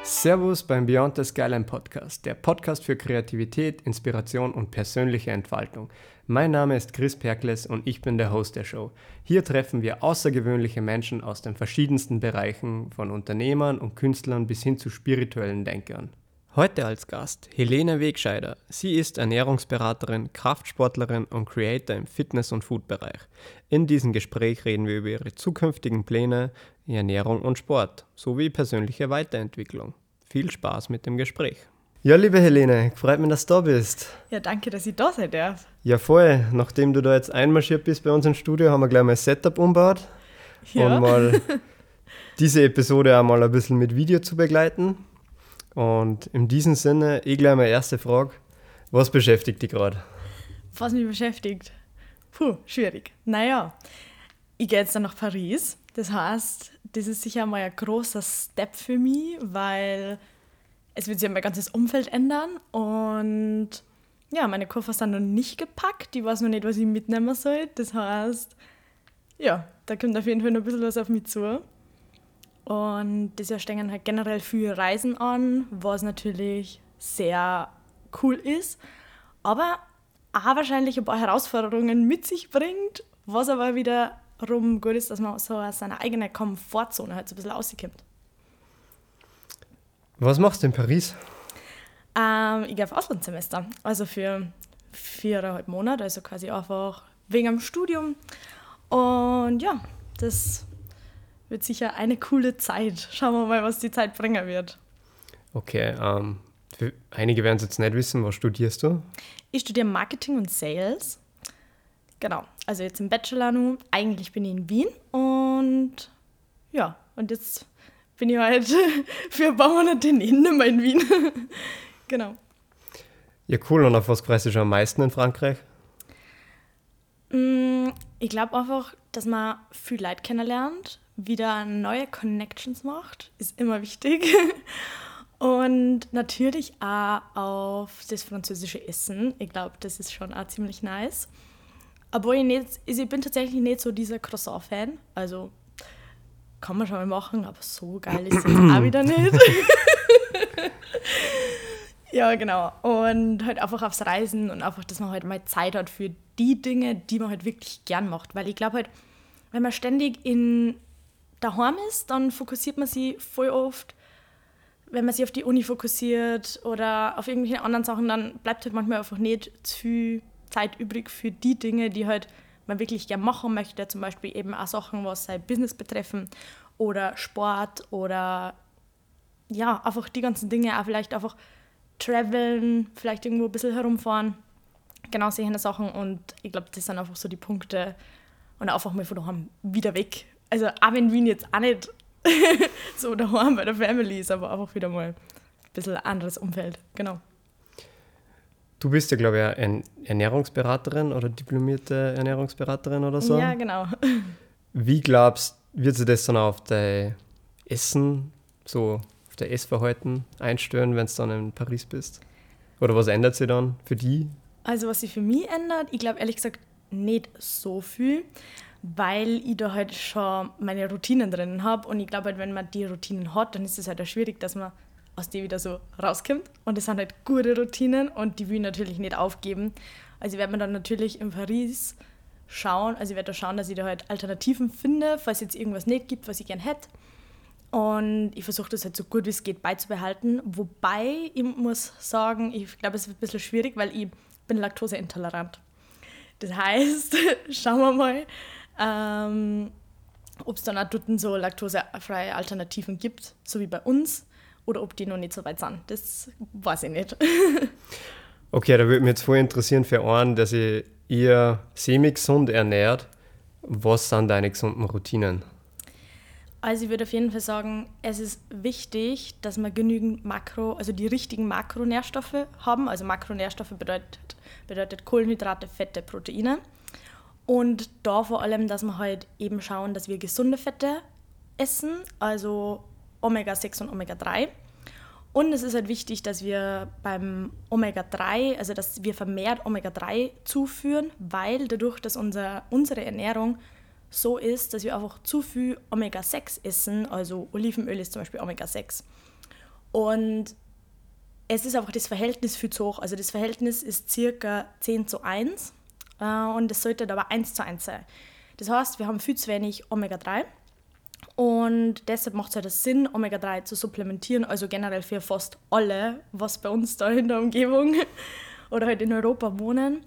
Servus beim Beyond the Skyline Podcast, der Podcast für Kreativität, Inspiration und persönliche Entfaltung. Mein Name ist Chris Perkles und ich bin der Host der Show. Hier treffen wir außergewöhnliche Menschen aus den verschiedensten Bereichen, von Unternehmern und Künstlern bis hin zu spirituellen Denkern. Heute als Gast Helene Wegscheider. Sie ist Ernährungsberaterin, Kraftsportlerin und Creator im Fitness- und Food-Bereich. In diesem Gespräch reden wir über ihre zukünftigen Pläne, Ernährung und Sport sowie persönliche Weiterentwicklung. Viel Spaß mit dem Gespräch. Ja, liebe Helene, freut mich, dass du da bist. Ja, danke, dass ich da sein darf. Ja, voll. Nachdem du da jetzt einmarschiert bist bei uns im Studio, haben wir gleich mal ein Setup umgebaut. Ja. Und mal diese Episode auch mal ein bisschen mit Video zu begleiten. Und in diesem Sinne, gleich meine erste Frage. Was beschäftigt dich gerade? Was mich beschäftigt? Schwierig. Naja, ich gehe jetzt dann nach Paris. Das heißt, das ist sicher mal ein großer Step für mich, weil es wird sich mein ganzes Umfeld ändern. Und ja, meine Koffer sind noch nicht gepackt. Ich weiß noch nicht, was ich mitnehmen soll. Das heißt, ja, da kommt auf jeden Fall noch ein bisschen was auf mich zu. Und das Jahr stehen halt generell viele Reisen an, was natürlich sehr cool ist, aber auch wahrscheinlich ein paar Herausforderungen mit sich bringt, was aber wiederum gut ist, dass man so aus seiner eigenen Komfortzone halt so ein bisschen rauskommt. Was machst du in Paris? Ich gehe auf Auslandssemester, also für 4,5 Monate, also quasi einfach wegen dem Studium. Und ja, das wird sicher eine coole Zeit. Schauen wir mal, was die Zeit bringen wird. Okay, für einige werden es jetzt nicht wissen, was studierst du? Ich studiere Marketing und Sales. Genau, also jetzt im Bachelor nun. Eigentlich bin ich in Wien und ja, und jetzt bin ich halt für ein paar Monate nicht mehr in Wien. Genau. Ja, cool. Und auf was freust du schon am meisten in Frankreich? Ich glaube einfach, dass man viel Leute kennenlernt, wieder neue Connections macht, ist immer wichtig. Und natürlich auch auf das französische Essen. Ich glaube, das ist schon auch ziemlich nice. Aber ich bin tatsächlich nicht so dieser Croissant-Fan. Also kann man schon mal machen, aber so geil ist es auch wieder nicht. Ja, genau. Und halt einfach aufs Reisen und einfach, dass man halt mal Zeit hat für die Dinge, die man halt wirklich gern macht. Weil ich glaube halt, wenn man ständig daheim ist, dann fokussiert man sich voll oft, wenn man sich auf die Uni fokussiert oder auf irgendwelche anderen Sachen, dann bleibt halt manchmal einfach nicht zu viel Zeit übrig für die Dinge, die halt man wirklich gerne machen möchte. Zum Beispiel eben auch Sachen, was sein Business betreffen oder Sport oder ja, einfach die ganzen Dinge, auch vielleicht einfach traveln, vielleicht irgendwo ein bisschen herumfahren. Genau solche Sachen und ich glaube, das sind einfach so die Punkte und einfach mal von daheim wieder weg. Also auch wenn Wien jetzt auch nicht so daheim bei der Family ist, aber einfach wieder mal ein bisschen anderes Umfeld, genau. Du bist ja, glaube ich, eine Ernährungsberaterin oder diplomierte Ernährungsberaterin oder so. Ja, genau. Wie glaubst du, wird sich das dann auf dein Essen, so auf dein Essverhalten einstellen, wenn du dann in Paris bist? Oder was ändert sich dann für die? Also was sich für mich ändert, ich glaube ehrlich gesagt nicht so viel, weil ich da halt schon meine Routinen drin habe und ich glaube halt, wenn man die Routinen hat, dann ist es halt auch schwierig, dass man aus denen wieder so rauskommt und das sind halt gute Routinen und die will ich natürlich nicht aufgeben. Also ich werde mir dann natürlich in Paris schauen, also ich werde da schauen, dass ich da halt Alternativen finde, falls es jetzt irgendwas nicht gibt, was ich gern hätte. Und ich versuche das halt so gut wie es geht beizubehalten, wobei ich muss sagen, ich glaube, es wird ein bisschen schwierig, weil ich bin laktoseintolerant. Das heißt, schauen wir mal, ob es dann auch dort so laktosefreie Alternativen gibt, so wie bei uns, oder ob die noch nicht so weit sind. Das weiß ich nicht. Okay, da würde mich jetzt voll interessieren für einen, der sich eher semi-gesund ernährt. Was sind deine gesunden Routinen? Also ich würde auf jeden Fall sagen, es ist wichtig, dass wir genügend also die richtigen Makronährstoffe haben. Also Makronährstoffe bedeutet Kohlenhydrate, Fette, Proteine. Und da vor allem, dass wir halt eben schauen, dass wir gesunde Fette essen, also Omega-6 und Omega-3. Und es ist halt wichtig, dass wir beim Omega-3, also dass wir vermehrt Omega-3 zuführen, weil dadurch, dass unsere Ernährung so ist, dass wir einfach zu viel Omega-6 essen, also Olivenöl ist zum Beispiel Omega-6. Und es ist einfach das Verhältnis viel zu hoch. Also das Verhältnis ist circa 10:1 und es sollte aber 1:1 sein. Das heißt, wir haben viel zu wenig Omega-3 und deshalb macht es halt Sinn, Omega-3 zu supplementieren, also generell für fast alle, was bei uns da in der Umgebung oder halt in Europa wohnen.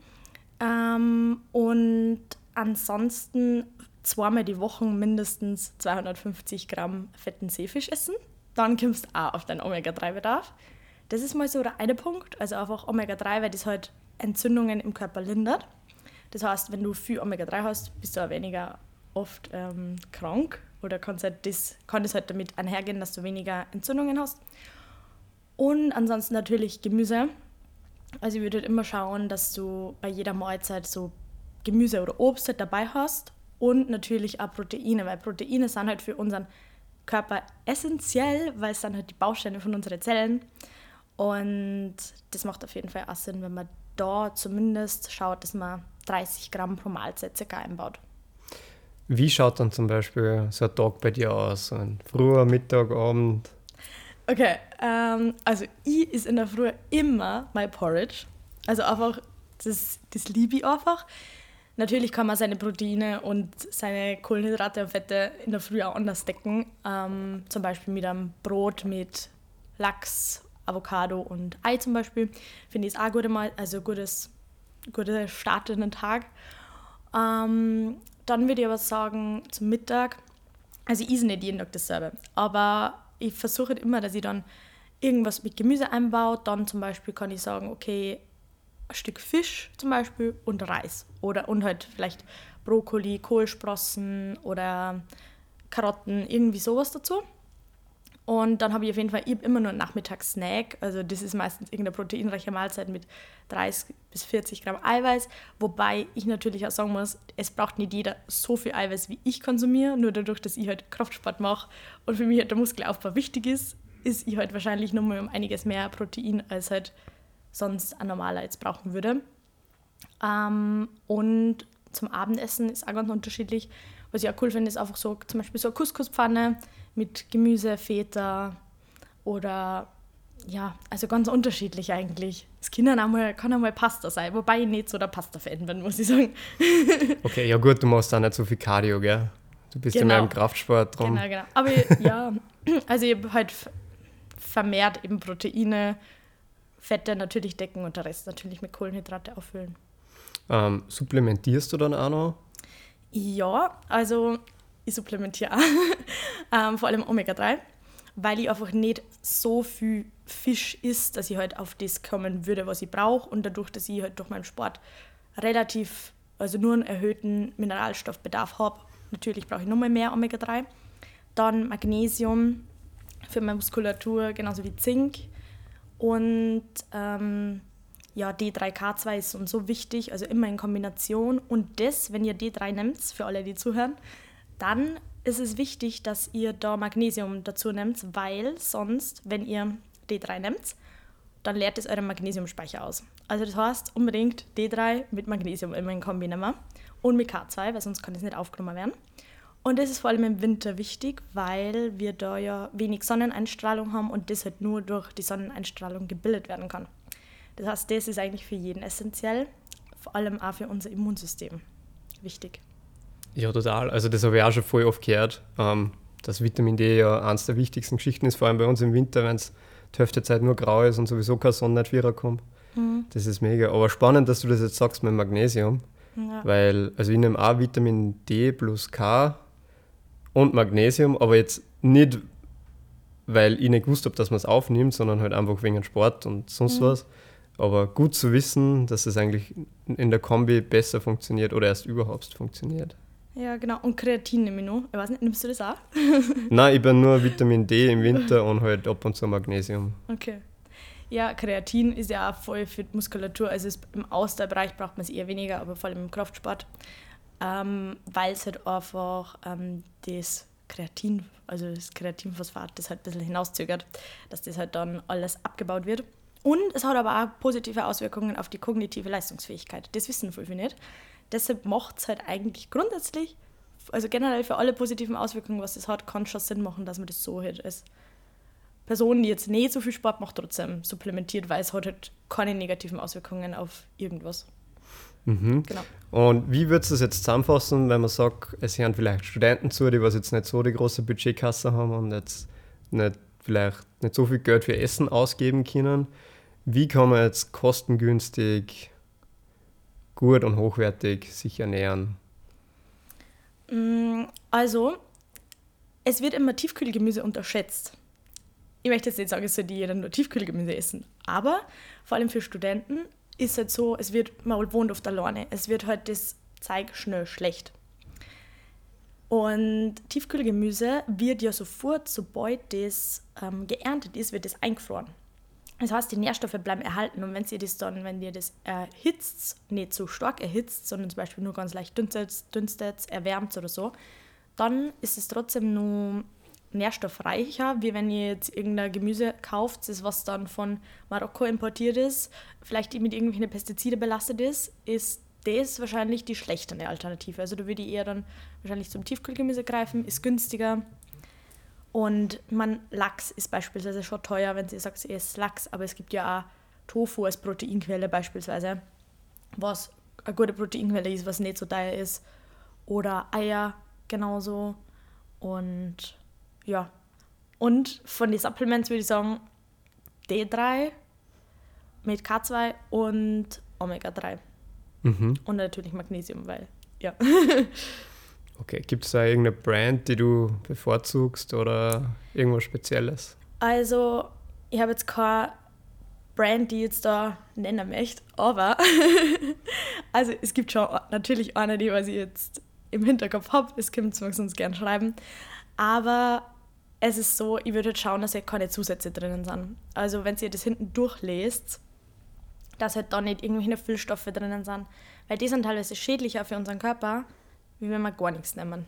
Und ansonsten 2-mal die Woche mindestens 250 Gramm fetten Seefisch essen. Dann kommst du auch auf deinen Omega-3-Bedarf. Das ist mal so der eine Punkt, also einfach Omega-3, weil das halt Entzündungen im Körper lindert. Das heißt, wenn du viel Omega-3 hast, bist du auch weniger oft krank oder kann das halt damit einhergehen, dass du weniger Entzündungen hast. Und ansonsten natürlich Gemüse. Also ich würde halt immer schauen, dass du bei jeder Mahlzeit so Gemüse oder Obst halt dabei hast und natürlich auch Proteine, weil Proteine sind halt für unseren Körper essentiell, weil es sind halt die Bausteine von unseren Zellen. Und das macht auf jeden Fall auch Sinn, wenn man da zumindest schaut, dass man 30 Gramm pro Mahlzeit circa einbaut. Wie schaut dann zum Beispiel so ein Tag bei dir aus? So ein früher, Mittag, Abend? Okay, also ich ist in der Früh immer mein Porridge. Also einfach, das liebe ich einfach. Natürlich kann man seine Proteine und seine Kohlenhydrate und Fette in der Früh auch anders decken. Zum Beispiel mit einem Brot mit Lachs, Avocado und Ei zum Beispiel. Finde ich es auch guter Start in den Tag. Dann würde ich aber sagen, zum Mittag, also ich esse nicht jeden Tag dasselbe, aber ich versuche halt immer, dass ich dann irgendwas mit Gemüse einbaue. Dann zum Beispiel kann ich sagen, okay, ein Stück Fisch zum Beispiel und Reis. Und halt vielleicht Brokkoli, Kohlsprossen oder Karotten, irgendwie sowas dazu. Und dann habe ich auf jeden Fall immer nur einen Nachmittagssnack. Also das ist meistens irgendeine proteinreiche Mahlzeit mit 30 bis 40 Gramm Eiweiß. Wobei ich natürlich auch sagen muss, es braucht nicht jeder so viel Eiweiß, wie ich konsumiere. Nur dadurch, dass ich halt Kraftsport mache und für mich halt der Muskelaufbau wichtig ist ich halt wahrscheinlich nur mal um einiges mehr Protein, als halt sonst ein normaler jetzt brauchen würde. Und zum Abendessen ist auch ganz unterschiedlich. Was ich auch cool finde, ist einfach so zum Beispiel so eine Couscouspfanne mit Gemüse, Feta oder ja, also ganz unterschiedlich eigentlich. Es kann auch mal Pasta sein, wobei ich nicht so der Pasta-Fan bin, muss ich sagen. Okay, ja gut, du machst auch nicht so viel Cardio, gell? Du bist ja mehr im Kraftsport drum. Genau. Aber ja, also ich habe halt vermehrt eben Proteine, Fette natürlich decken und der Rest natürlich mit Kohlenhydrate auffüllen. Supplementierst du dann auch noch? Ja, also ich supplementiere auch, vor allem Omega-3, weil ich einfach nicht so viel Fisch esse, dass ich halt auf das kommen würde, was ich brauche. Und dadurch, dass ich halt durch meinen Sport also nur einen erhöhten Mineralstoffbedarf habe, natürlich brauche ich nochmal mehr Omega-3. Dann Magnesium für meine Muskulatur, genauso wie Zink. Und D3K2 ist und so wichtig, also immer in Kombination. Und wenn ihr D3 nehmt, für alle, die zuhören, dann ist es wichtig, dass ihr da Magnesium dazu nehmt, weil sonst, wenn ihr D3 nehmt, dann leert es euren Magnesiumspeicher aus. Also das heißt, unbedingt D3 mit Magnesium immer in Kombi nehmen und mit K2, weil sonst kann es nicht aufgenommen werden. Und das ist vor allem im Winter wichtig, weil wir da ja wenig Sonneneinstrahlung haben und das halt nur durch die Sonneneinstrahlung gebildet werden kann. Das heißt, das ist eigentlich für jeden essentiell, vor allem auch für unser Immunsystem wichtig. Ja, total. Also das habe ich auch schon voll oft gehört, dass Vitamin D ja eines der wichtigsten Geschichten ist, vor allem bei uns im Winter, wenn es die Hälfte der Zeit nur grau ist und sowieso keine Sonne kommt. Das ist mega. Aber spannend, dass du das jetzt sagst mit Magnesium, weil also ich nehme auch Vitamin D plus K und Magnesium, aber jetzt nicht, weil ich nicht gewusst habe, dass man es aufnimmt, sondern halt einfach wegen Sport und sonst was. Aber gut zu wissen, dass es eigentlich in der Kombi besser funktioniert oder erst überhaupt funktioniert. Ja, genau. Und Kreatin nehme ich noch. Ich weiß nicht, nimmst du das auch? Nein, ich bin nur Vitamin D im Winter und halt ab und zu Magnesium. Okay. Ja, Kreatin ist ja auch voll für die Muskulatur. Also im Ausdauerbereich braucht man es eher weniger, aber vor allem im Kraftsport. Weil es halt einfach das Kreatinphosphat, das halt ein bisschen hinauszögert, dass das halt dann alles abgebaut wird. Und es hat aber auch positive Auswirkungen auf die kognitive Leistungsfähigkeit. Das wissen viele nicht. Deshalb macht es halt eigentlich grundsätzlich, also generell für alle positiven Auswirkungen, was das hat, kann schon Sinn machen, dass man das so halt ist. Person, die jetzt nicht so viel Sport macht, trotzdem supplementiert, weil es hat halt keine negativen Auswirkungen auf irgendwas. Mhm. Genau. Und wie würdest du das jetzt zusammenfassen, wenn man sagt, es hören vielleicht Studenten zu, die was jetzt nicht so die große Budgetkasse haben und jetzt vielleicht nicht so viel Geld für Essen ausgeben können? Wie kann man jetzt kostengünstig, gut und hochwertig sich ernähren? Also, es wird immer Tiefkühlgemüse unterschätzt. Ich möchte jetzt nicht sagen, es soll jeder nur Tiefkühlgemüse essen, aber vor allem für Studenten ist halt so, man wohnt oft alleine, es wird halt das Zeug schnell schlecht. Und Tiefkühlgemüse wird ja sofort, sobald das geerntet ist, wird das eingefroren. Das heißt, die Nährstoffe bleiben erhalten und wenn ihr das erhitzt, nicht so stark erhitzt, sondern zum Beispiel nur ganz leicht dünstet, erwärmt oder so, dann ist es trotzdem nur nährstoffreicher, wie wenn ihr jetzt irgendein Gemüse kauft, das was dann von Marokko importiert ist, vielleicht mit irgendwelchen Pestiziden belastet ist das wahrscheinlich die schlechtere Alternative. Also da würde ich eher dann wahrscheinlich zum Tiefkühlgemüse greifen, ist günstiger. Und Lachs ist beispielsweise schon teuer, wenn ihr sagt, ihr esst Lachs, aber es gibt ja auch Tofu als Proteinquelle beispielsweise, was eine gute Proteinquelle ist, was nicht so teuer ist. Oder Eier genauso. Und ja. Und von den Supplements würde ich sagen D3 mit K2 und Omega-3. Und natürlich Magnesium, weil, ja. Okay, gibt es da irgendeine Brand, die du bevorzugst oder irgendwas Spezielles? Also, ich habe jetzt keine Brand, die ich jetzt da nennen möchte, aber also es gibt schon natürlich eine, die was ich jetzt im Hinterkopf habe, es könnt ihr uns gerne schreiben, aber es ist so, ich würde halt schauen, dass ja keine Zusätze drinnen sind. Also wenn ihr das hinten durchlest, dass halt da nicht irgendwelche Füllstoffe drinnen sind, weil die sind teilweise schädlicher für unseren Körper, wie wenn wir gar nichts nehmen.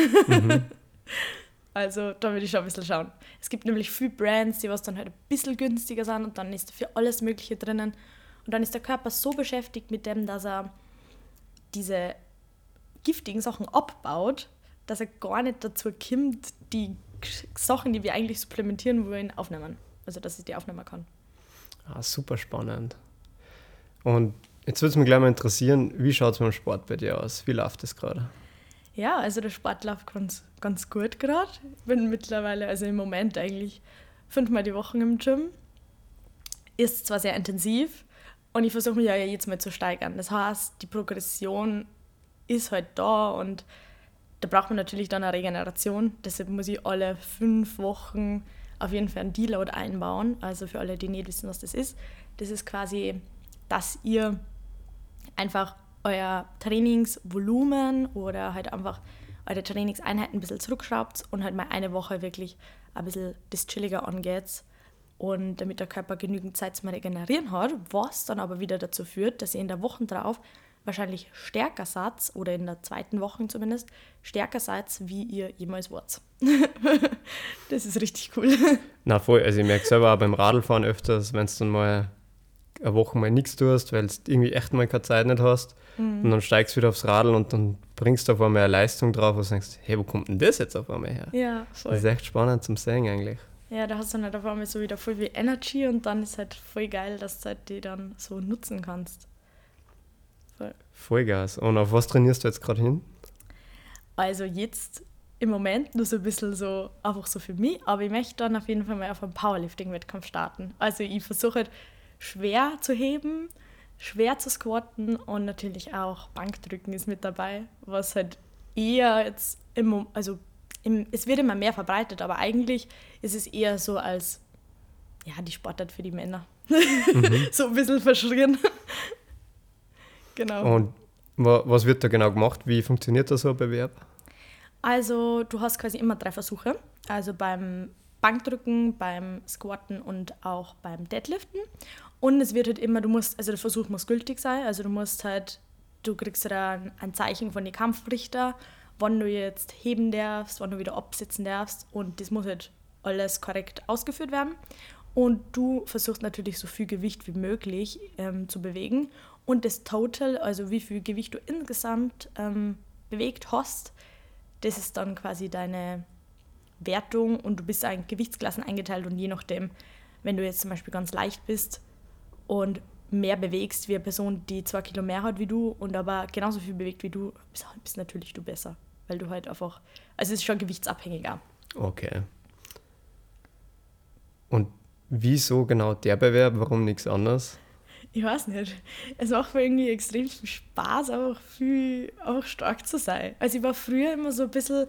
Also da würde ich schon ein bisschen schauen. Es gibt nämlich viele Brands, die was dann halt ein bisschen günstiger sind und dann ist dafür alles Mögliche drinnen. Und dann ist der Körper so beschäftigt mit dem, dass er diese giftigen Sachen abbaut, dass er gar nicht dazu kommt, die Sachen, die wir eigentlich supplementieren wollen, aufnehmen. Also dass ich die aufnehmen kann. Ah, super spannend. Und jetzt würde es mich gleich mal interessieren, wie schaut es beim Sport bei dir aus? Wie läuft das gerade? Ja, also der Sport läuft ganz gut gerade. Ich bin mittlerweile, also im Moment eigentlich 5-mal die Woche im Gym. Ist zwar sehr intensiv und ich versuche mich ja jetzt mal zu steigern. Das heißt, die Progression ist halt da und da braucht man natürlich dann eine Regeneration. Deshalb muss ich alle 5 Wochen auf jeden Fall einen Deload einbauen. Also für alle, die nicht wissen, was das ist quasi, dass ihr einfach euer Trainingsvolumen oder halt einfach eure Trainingseinheiten ein bisschen zurückschraubt und halt mal eine Woche wirklich ein bisschen das chilliger angeht und damit der Körper genügend Zeit zum Regenerieren hat, was dann aber wieder dazu führt, dass ihr in der Woche drauf wahrscheinlich stärker seid oder in der zweiten Woche zumindest stärker seid, wie ihr jemals wart. Das ist richtig cool. Na voll, also ich merke selber auch beim Radlfahren öfters, wenn du dann mal eine Woche mal nichts tust, weil du irgendwie echt mal keine Zeit nicht hast und dann steigst du wieder aufs Radl und dann bringst du auf einmal eine Leistung drauf, wo du denkst, hey, wo kommt denn das jetzt auf einmal her? Ja, voll. Das ist echt spannend zum Sehen eigentlich. Ja, da hast du dann halt auf einmal so wieder voll viel Energy und dann ist halt voll geil, dass du halt die dann so nutzen kannst. Vollgas. Und auf was trainierst du jetzt gerade hin? Also jetzt im Moment nur so ein bisschen so, einfach so für mich, aber ich möchte dann auf jeden Fall mal auf einen Powerlifting-Wettkampf starten. Also ich versuche halt schwer zu heben, schwer zu squatten und natürlich auch Bankdrücken ist mit dabei, was halt eher jetzt es wird immer mehr verbreitet, aber eigentlich ist es eher so als, ja, die Sportart für die Männer. So ein bisschen verschrien. Genau. Und was wird da genau gemacht? Wie funktioniert da so ein Bewerb? Also du hast quasi immer 3 Versuche, also beim Bankdrücken, beim Squatten und auch beim Deadliften. Und es wird halt immer, der Versuch muss gültig sein, also du kriegst dann ein Zeichen von den Kampfrichter, wann du jetzt heben darfst, wann du wieder absitzen darfst und das muss halt alles korrekt ausgeführt werden. Und du versuchst natürlich so viel Gewicht wie möglich zu bewegen und das Total, also wie viel Gewicht du insgesamt bewegt hast, das ist dann quasi deine Wertung und du bist in Gewichtsklassen eingeteilt und je nachdem, wenn du jetzt zum Beispiel ganz leicht bist und mehr bewegst wie eine Person, die 2 Kilo mehr hat wie du und aber genauso viel bewegt wie du, bist natürlich du besser, weil du halt einfach, also es ist schon gewichtsabhängiger. Okay. Und wieso genau der Bewerb, warum nichts anderes? Ich weiß nicht. Es macht mir irgendwie extrem viel Spaß, auch stark zu sein. Also ich war früher immer so ein bisschen,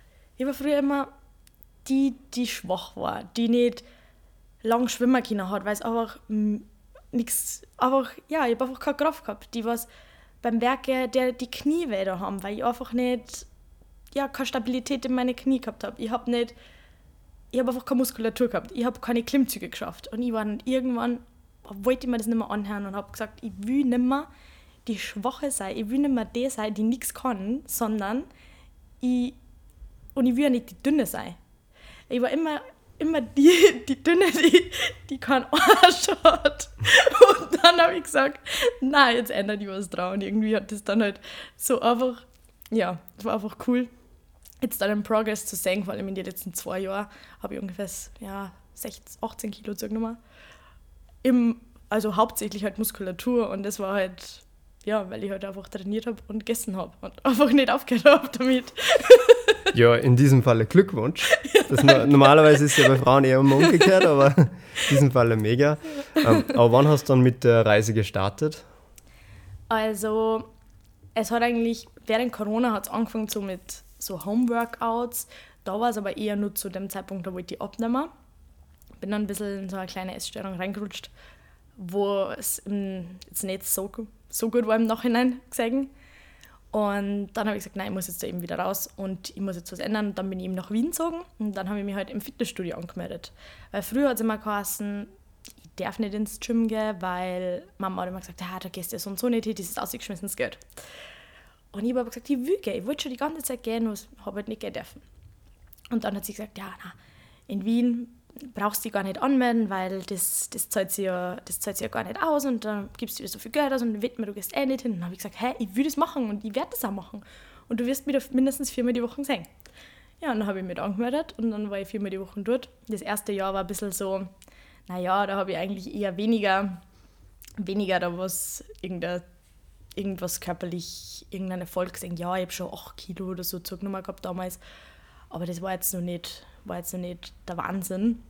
die schwach war, die nicht lang schwimmen können hat, weil es einfach nichts, ich habe einfach keine Kraft gehabt. Die was beim Werken, die Knie weh haben, weil ich einfach nicht, keine Stabilität in meine Knie gehabt habe. Ich habe einfach keine Muskulatur gehabt. Ich habe keine Klimmzüge geschafft. Und ich war dann irgendwann, wollte ich mir das nicht mehr anhören und habe gesagt, ich will nicht mehr die Schwache sein, ich will nicht mehr die sein, die nichts kann, sondern ich will ja nicht die Dünne sein. Ich war immer die Dünne, die keinen Arsch hat. Und dann habe ich gesagt, nein, jetzt ändert ich was dran. Und irgendwie hat das dann halt so einfach, es war einfach cool, jetzt dann im Progress zu sehen, vor allem in den letzten 2 Jahren habe ich ungefähr 18 Kilo zugenommen. Also hauptsächlich halt Muskulatur und das war halt, weil ich halt einfach trainiert habe und gegessen habe und einfach nicht aufgehört habe damit. Ja, in diesem Falle Glückwunsch. Normalerweise ist es ja bei Frauen eher umgekehrt, aber in diesem Falle mega. Aber wann hast du dann mit der Reise gestartet? Also es hat eigentlich, während Corona hat es angefangen so mit so Homeworkouts. Da war es aber eher nur zu dem Zeitpunkt, da wollte ich abnehmen. Bin dann ein bisschen in so eine kleine Essstörung reingerutscht, wo es jetzt nicht so gut war im Nachhinein gesehen. Und dann habe ich gesagt, nein, ich muss jetzt da eben wieder raus und ich muss jetzt was ändern. Und dann bin ich eben nach Wien gezogen und dann habe ich mich halt im Fitnessstudio angemeldet. Weil früher hat es immer geheißen, ich darf nicht ins Gym gehen, weil Mama hat immer gesagt, da gehst du ja so und so nicht hin, das ist ausgeschmissenes Geld. Und ich habe aber gesagt, ich will gehen, ich wollte schon die ganze Zeit gehen, nur habe halt nicht gehen dürfen. Und dann hat sie gesagt, in Wien brauchst du dich gar nicht anmelden, weil das zahlt sich ja gar nicht aus und dann gibst du dir so viel Geld aus und du gehst nicht hin. Und dann habe ich gesagt, ich will das machen und ich werde das auch machen. Und du wirst mich da mindestens 4-mal die Woche sehen. Ja, und dann habe ich mich da angemeldet und dann war ich 4-mal die Woche dort. Das erste Jahr war ein bisschen so, da habe ich eigentlich eher weniger da was, irgendwas körperlich, irgendeinen Erfolg gesehen. Ja, ich habe schon 8 Kilo oder so zugenommen gehabt damals. Aber das war jetzt noch nicht der Wahnsinn.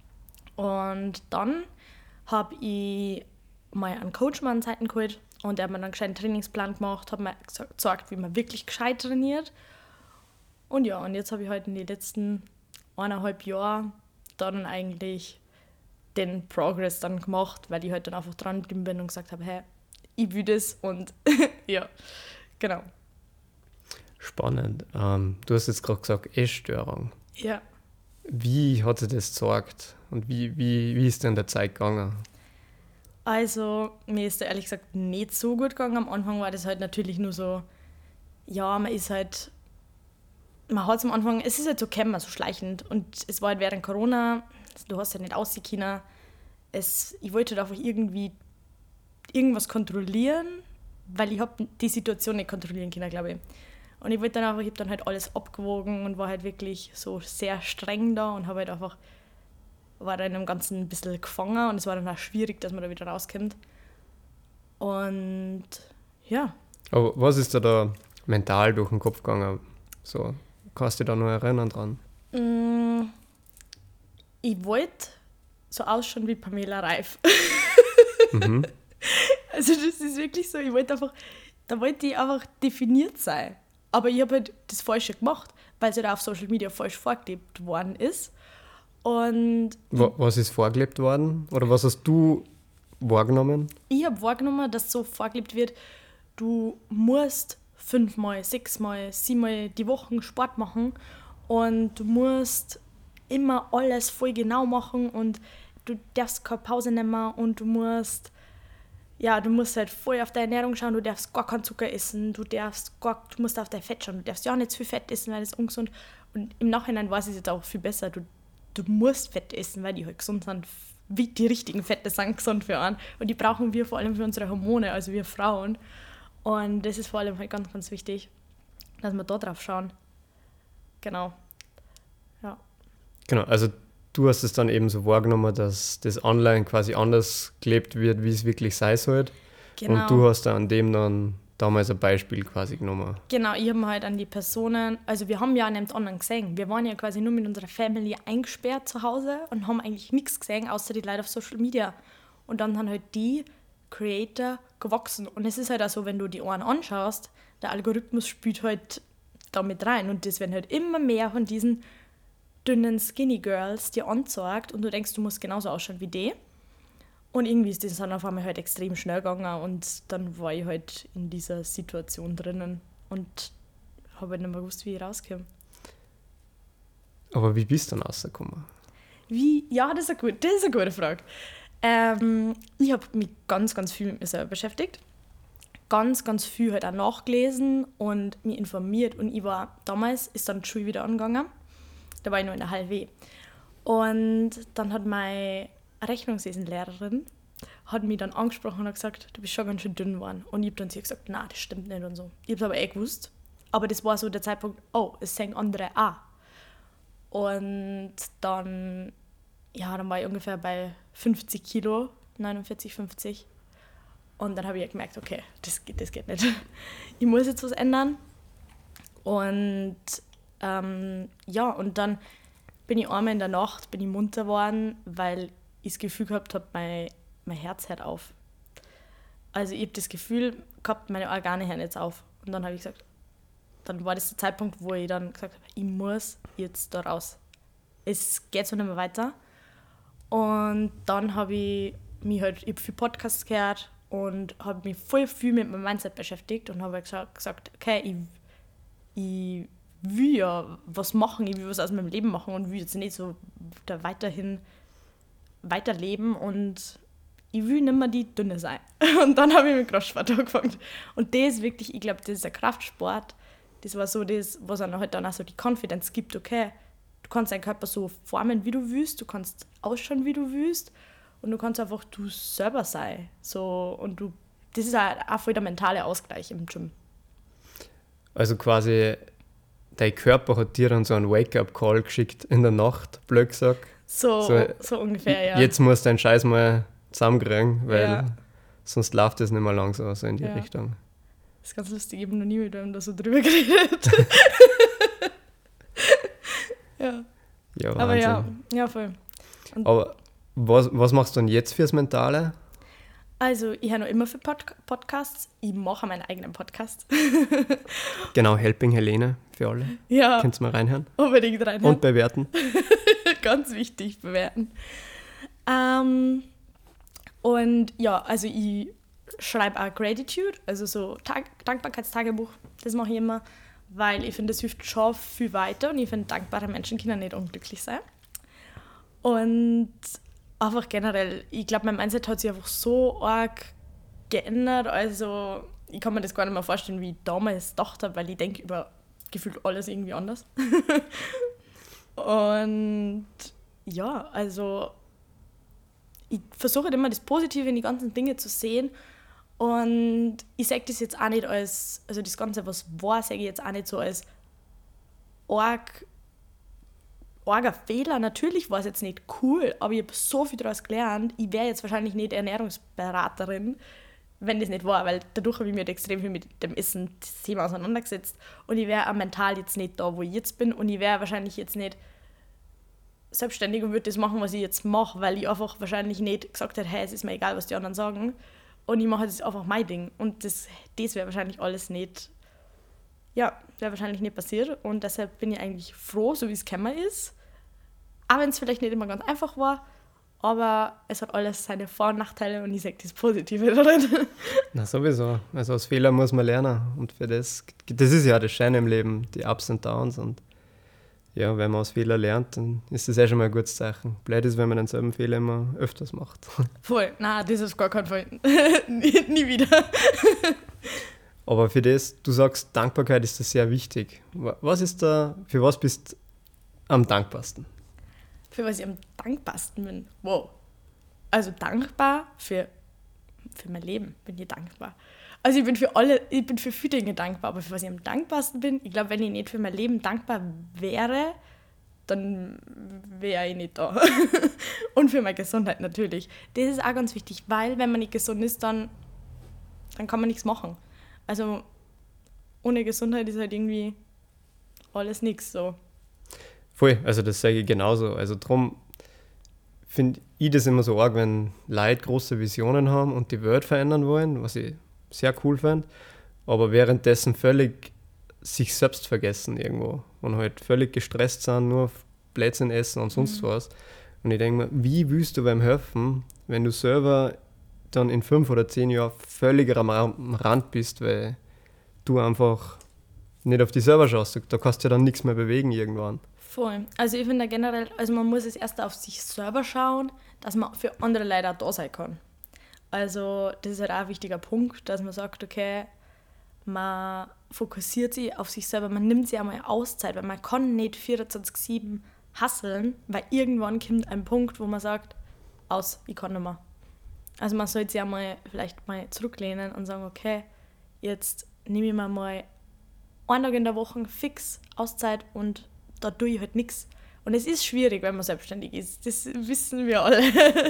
Und dann habe ich mal einen Coach an Seiten geholt und der hat mir dann einen gescheiten Trainingsplan gemacht, hat mir gesagt, wie man wirklich gescheit trainiert. Und und jetzt habe ich halt in den letzten 1,5 Jahren dann eigentlich den Progress dann gemacht, weil ich halt dann einfach dran geblieben bin und gesagt habe, hey, ich will das und genau. Spannend. Du hast jetzt gerade gesagt, Essstörung. Ja. Wie hat sich das gezeigt und wie ist denn der Zeit gegangen? Also, mir ist da ehrlich gesagt nicht so gut gegangen. Am Anfang war das halt natürlich nur so, man hat es am Anfang, es ist halt so gekommen, so schleichend. Und es war halt während Corona, du hast halt nicht rausgehen können. Ich wollte halt einfach irgendwie irgendwas kontrollieren, weil ich habe die Situation nicht kontrollieren können, glaube ich. Und ich habe dann halt alles abgewogen und war halt wirklich so sehr streng da und war da in dem Ganzen ein bisschen gefangen und es war dann auch schwierig, dass man da wieder rauskommt. Und ja. Aber was ist da mental durch den Kopf gegangen? So, kannst du dich da noch erinnern dran? Ich wollte so ausschauen wie Pamela Reif. Mhm. Also das ist wirklich so, da wollte ich einfach definiert sein. Aber ich habe halt das Falsche gemacht, weil es halt auf Social Media falsch vorgelebt worden ist. Und was ist vorgelebt worden? Oder was hast du wahrgenommen? Ich habe wahrgenommen, dass so vorgelebt wird, du musst 5-mal, 6-mal, 7-mal die Woche Sport machen und du musst immer alles voll genau machen und du darfst keine Pause nehmen und du musst halt voll auf deine Ernährung schauen, du darfst gar keinen Zucker essen, du musst auf dein Fett schauen, du darfst ja auch nicht zu viel Fett essen, weil das ist ungesund. Und im Nachhinein weiß ich es jetzt auch viel besser, du musst Fett essen, weil die halt gesund sind, wie die richtigen Fette sind gesund für einen. Und die brauchen wir vor allem für unsere Hormone, also wir Frauen. Und das ist vor allem halt ganz, ganz wichtig, dass wir da drauf schauen. Genau. Ja. Genau, also du hast es dann eben so wahrgenommen, dass das online quasi anders gelebt wird, wie es wirklich sein soll. Genau. Und du hast da an dem dann damals ein Beispiel quasi genommen. Genau, ich habe mir halt an die Personen, also wir haben ja nicht online gesehen. Wir waren ja quasi nur mit unserer Family eingesperrt zu Hause und haben eigentlich nichts gesehen, außer die Leute auf Social Media. Und dann haben halt die Creator gewachsen. Und es ist halt auch so, wenn du die einen anschaust, der Algorithmus spielt halt da mit rein. Und das werden halt immer mehr von diesen dünnen Skinny Girls dir anzeigt und du denkst, du musst genauso ausschauen wie die. Und irgendwie ist das dann auf einmal halt extrem schnell gegangen und dann war ich halt in dieser Situation drinnen und habe halt nicht mehr gewusst, wie ich rauskomme. Aber wie bist du dann rausgekommen? Wie? Ja, das ist eine gute Frage. Ich habe mich ganz, ganz viel mit mir selber beschäftigt. Ganz, ganz viel halt auch nachgelesen und mich informiert. Und ich war, damals ist dann die Schule wieder angegangen. Da war ich noch in der HLW. Und dann hat meine Rechnungswesenlehrerin hat mich dann angesprochen und hat gesagt, du bist schon ganz schön dünn geworden. Und ich habe dann zu ihr gesagt, nein, das stimmt nicht und so. Ich habe es aber gewusst. Aber das war so der Zeitpunkt, oh, es sehen andere auch. Und dann, ja, dann war ich ungefähr bei 50 Kilo, 49, 50. Und dann habe ich gemerkt, okay, das geht nicht. Ich muss jetzt was ändern. Und ja, und dann bin ich einmal in der Nacht munter geworden, weil ich das Gefühl gehabt habe, mein Herz hört auf. Also ich habe das Gefühl gehabt, meine Organe hören jetzt auf. Und dann habe ich gesagt, dann war das der Zeitpunkt, wo ich dann gesagt habe, ich muss jetzt da raus. Es geht so nicht mehr weiter. Und dann habe ich mich halt, ich habe viel Podcasts gehört und habe mich voll viel mit meinem Mindset beschäftigt und habe gesagt, okay, ich will ja was machen, ich will was aus meinem Leben machen und will jetzt nicht so da weiterleben und ich will nicht mehr die Dünne sein. Und dann habe ich mit Crosssport angefangen. Und das ist wirklich, ich glaube, das ist der Kraftsport. Das war so das, was einem halt dann auch so die Confidence gibt, okay, du kannst deinen Körper so formen, wie du willst, du kannst ausschauen, wie du willst und du kannst einfach du selber sein. So, und das ist auch voll der mentale Ausgleich im Gym. Also quasi, dein Körper hat dir dann so einen Wake-up-Call geschickt in der Nacht, blöd gesagt. So ungefähr, ja. Jetzt musst du deinen Scheiß mal zusammenkriegen, weil Ja. sonst läuft das nicht mehr lang so in die Ja. Richtung. Das ist ganz lustig, ich habe noch nie mit einem da so drüber geredet. Ja. Ja, Aber Wahnsinn. ja, voll. Aber was machst du denn jetzt fürs Mentale? Also, ich höre noch immer für Podcasts. Ich mache meinen eigenen Podcast. Genau, Helping Helene für alle. Ja, Könnt ihr mal reinhören. unbedingt rein. Und bewerten. Ganz wichtig, bewerten. Und ja, also ich schreibe auch Gratitude, also so Dankbarkeitstagebuch. Das mache ich immer, weil ich finde, das hilft schon viel weiter und ich finde, dankbare Menschen können nicht unglücklich sein. Und einfach generell, ich glaube, mein Mindset hat sich einfach so arg geändert, also ich kann mir das gar nicht mehr vorstellen, wie ich damals gedacht habe, weil ich denke über gefühlt alles irgendwie anders. Und ja, also ich versuche halt immer das Positive in die ganzen Dinge zu sehen und ich sage das jetzt auch nicht als, also das Ganze, was war, sage ich jetzt auch nicht so als arger Fehler. Natürlich war es jetzt nicht cool, aber ich habe so viel daraus gelernt. Ich wäre jetzt wahrscheinlich nicht Ernährungsberaterin, wenn das nicht war, weil dadurch habe ich mich extrem viel mit dem Essen, das Thema auseinandergesetzt und ich wäre auch mental jetzt nicht da, wo ich jetzt bin und ich wäre wahrscheinlich jetzt nicht selbstständig und würde das machen, was ich jetzt mache, weil ich einfach wahrscheinlich nicht gesagt hätte, hey, es ist mir egal, was die anderen sagen und ich mache jetzt einfach mein Ding und das wäre wahrscheinlich alles nicht, ja, wäre wahrscheinlich nicht passiert und deshalb bin ich eigentlich froh, so wie es gekommen ist, auch wenn es vielleicht nicht immer ganz einfach war, aber es hat alles seine Vor- und Nachteile und ich sage das Positive darin. Na sowieso. Also aus Fehlern muss man lernen und für das ist ja das Schöne im Leben, die Ups und Downs und ja, wenn man aus Fehlern lernt, dann ist das schon mal ein gutes Zeichen. Blöd ist, wenn man denselben Fehler immer öfters macht. Voll, nein, das ist gar kein Fall. Nie wieder. Aber für das, du sagst, Dankbarkeit ist da sehr wichtig. Was ist da, für was bist du am dankbarsten? Für was ich am dankbarsten bin. Wow. Also dankbar für mein Leben bin ich dankbar. Also ich bin für viele Dinge dankbar, aber für was ich am dankbarsten bin, ich glaube, wenn ich nicht für mein Leben dankbar wäre, dann wäre ich nicht da. Und für meine Gesundheit natürlich. Das ist auch ganz wichtig, weil wenn man nicht gesund ist, dann kann man nichts machen. Also ohne Gesundheit ist halt irgendwie alles nichts so. Voll, also das sage ich genauso. Also darum finde ich das immer so arg, wenn Leute große Visionen haben und die Welt verändern wollen, was ich sehr cool finde, aber währenddessen völlig sich selbst vergessen irgendwo und halt völlig gestresst sind, nur auf Blödsinn essen und sonst was. Und ich denke mir, wie willst du beim helfen, wenn du selber dann in 5 oder 10 Jahren völlig am Rand bist, weil du einfach nicht auf dich selber schaust. Da kannst du ja dann nichts mehr bewegen irgendwann. Voll. Also ich finde generell, also man muss es erst auf sich selber schauen, dass man für andere Leute auch da sein kann. Also das ist halt auch ein wichtiger Punkt, dass man sagt, okay, man fokussiert sich auf sich selber, man nimmt sich einmal Auszeit, weil man kann nicht 24/7 hustlen, weil irgendwann kommt ein Punkt, wo man sagt, ich kann nicht mehr. Also man sollte sich einmal vielleicht mal zurücklehnen und sagen, okay, jetzt nehme ich mir mal einen Tag in der Woche fix Auszeit und da tue ich halt nichts. Und es ist schwierig, wenn man selbstständig ist. Das wissen wir alle.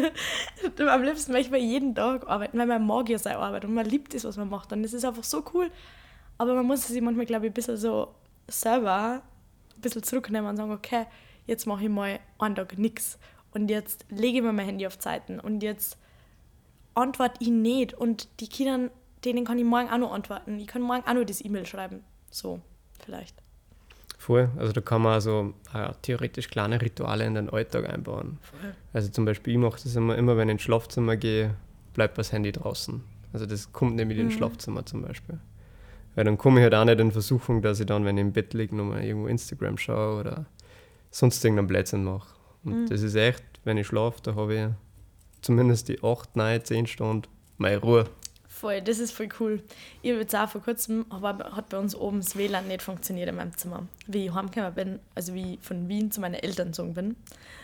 Am liebsten möchte man jeden Tag arbeiten, weil man mag ja seine Arbeit und man liebt das, was man macht. Und das ist einfach so cool. Aber man muss sich manchmal, glaube ich, ein bisschen so selber ein bisschen zurücknehmen und sagen, okay, jetzt mache ich mal einen Tag nichts. Und jetzt lege ich mir mein Handy auf Zeiten. Und jetzt antworte ich nicht. Und die Kinder, denen kann ich morgen auch noch antworten. Ich kann morgen auch noch das E-Mail schreiben. So, vielleicht. Voll, also da kann man also theoretisch kleine Rituale in den Alltag einbauen. Voll. Also zum Beispiel, ich mache das immer, wenn ich ins Schlafzimmer gehe, bleibt das Handy draußen. Also das kommt nicht mit ins Schlafzimmer zum Beispiel. Weil dann komme ich halt auch nicht in Versuchung, dass ich dann, wenn ich im Bett liege, nochmal irgendwo Instagram schaue oder sonst irgendeinen Blödsinn mache. Und das ist echt, wenn ich schlafe, da habe ich zumindest die 8, 9, 10 Stunden meine Ruhe. Voll, das ist voll cool. Ich habe jetzt auch vor kurzem, hat bei uns oben das WLAN nicht funktioniert in meinem Zimmer. Wie ich heimgekommen bin, also wie ich von Wien zu meinen Eltern gezogen bin.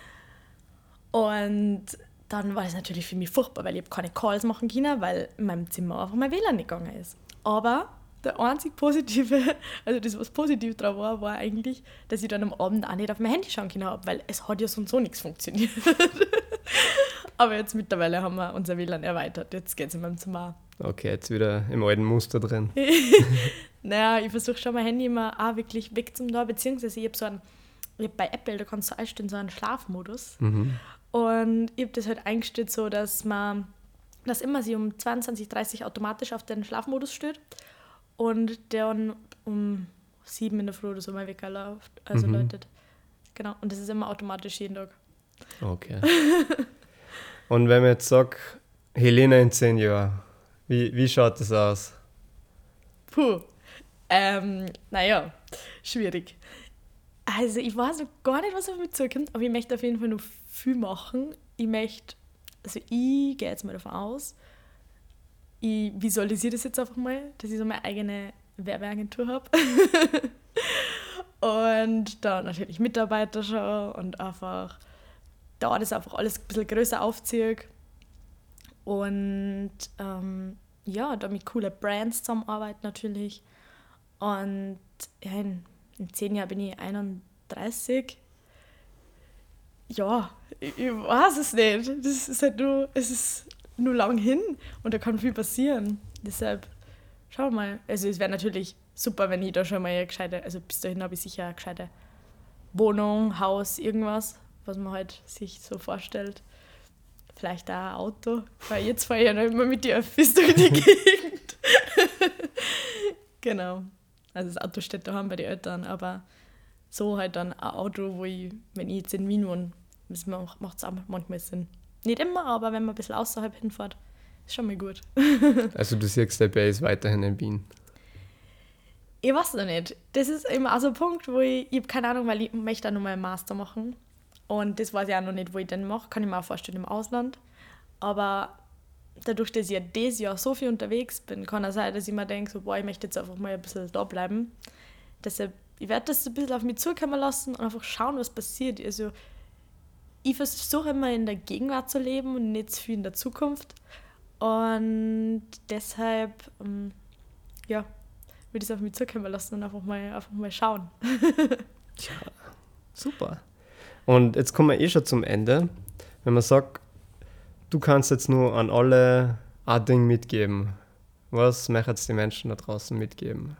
Und dann war das natürlich für mich furchtbar, weil ich keine Calls machen können, weil in meinem Zimmer einfach mein WLAN nicht gegangen ist. Aber der einzig Positive, also das, was positiv daran war eigentlich, dass ich dann am Abend auch nicht auf mein Handy schauen können habe, weil es hat ja sonst so nichts funktioniert. Aber jetzt mittlerweile haben wir unser WLAN erweitert. Jetzt geht es in meinem Zimmer. Okay, jetzt wieder im alten Muster drin. Naja, ich versuche schon mein Handy immer auch wirklich weg zum da, beziehungsweise ich habe bei Apple, da kannst du einstellen, so einen Schlafmodus. Und ich habe das halt eingestellt so, dass immer sie um 22:30 automatisch auf den Schlafmodus steht und der dann um 7 in der Früh oder so mal wegläuft, also läutet. Genau, und das ist immer automatisch jeden Tag. Okay. Und wenn man jetzt sagt, Helena in 10 Jahren, wie schaut das aus? Puh, naja, schwierig. Also ich weiß noch gar nicht, was auf mich zukommt, aber ich möchte auf jeden Fall noch viel machen. Ich gehe jetzt mal davon aus, ich visualisiere das jetzt einfach mal, dass ich so meine eigene Werbeagentur habe. Und da natürlich Mitarbeiter schon und einfach da das einfach alles ein bisschen größer aufziehe. Und da mit coolen Brands zusammenarbeiten natürlich. Und ja, in 10 Jahren bin ich 31. Ja, ich weiß es nicht. Das ist halt es ist nur lang hin und da kann viel passieren. Deshalb, schauen wir mal. Also es wäre natürlich super, wenn ich da schon mal eine gescheite, also bis dahin habe ich sicher eine gescheite Wohnung, Haus, irgendwas, was man halt sich so vorstellt. Vielleicht auch ein Auto, weil jetzt fahre ich ja noch immer mit die Öffis durch die Gegend. Genau. Also das Auto steht daheim bei den Eltern, aber so halt dann ein Auto, wenn ich jetzt in Wien wohne, macht es auch manchmal Sinn. Nicht immer, aber wenn man ein bisschen außerhalb hinfährt, ist schon mal gut. Also du siehst, der Base weiterhin in Wien? Ich weiß noch nicht. Das ist immer auch so ein Punkt, wo ich habe keine Ahnung, weil ich möchte auch noch mal einen Master machen. Und das weiß ich auch noch nicht, wo ich den mache. Kann ich mir auch vorstellen, im Ausland. Aber dadurch, dass ich ja dieses Jahr so viel unterwegs bin, kann es sein, dass ich mir denke, so, ich möchte jetzt einfach mal ein bisschen da bleiben. Deshalb, ich werde das ein bisschen auf mich zukommen lassen und einfach schauen, was passiert. Also, ich versuche immer in der Gegenwart zu leben und nicht zu viel in der Zukunft. Und deshalb, würde ich es auf mich zukommen lassen und einfach mal schauen. Tja, super. Und jetzt kommen wir schon zum Ende. Wenn man sagt, du kannst jetzt nur an alle ein Ding mitgeben. Was möchten die Menschen da draußen mitgeben?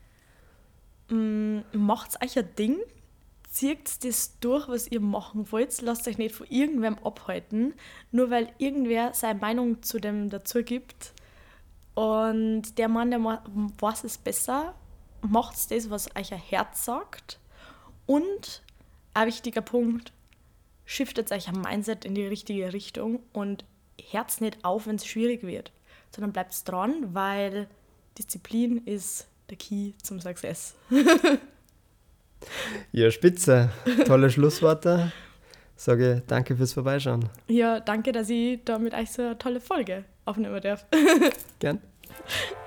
Macht euch ein Ding, zieht das durch, was ihr machen wollt, lasst euch nicht von irgendwem abhalten, nur weil irgendwer seine Meinung zu dem dazu gibt und der Mann, der weiß es besser, macht das, was euch ein Herz sagt und ein wichtiger Punkt, shiftet euch ein Mindset in die richtige Richtung und hört nicht auf, wenn es schwierig wird, sondern bleibt dran, weil Disziplin ist der Key zum Success. Ja, spitze. Tolle Schlussworte. Sage danke fürs Vorbeischauen. Ja, danke, dass ich da mit euch so eine tolle Folge aufnehmen darf. Gern.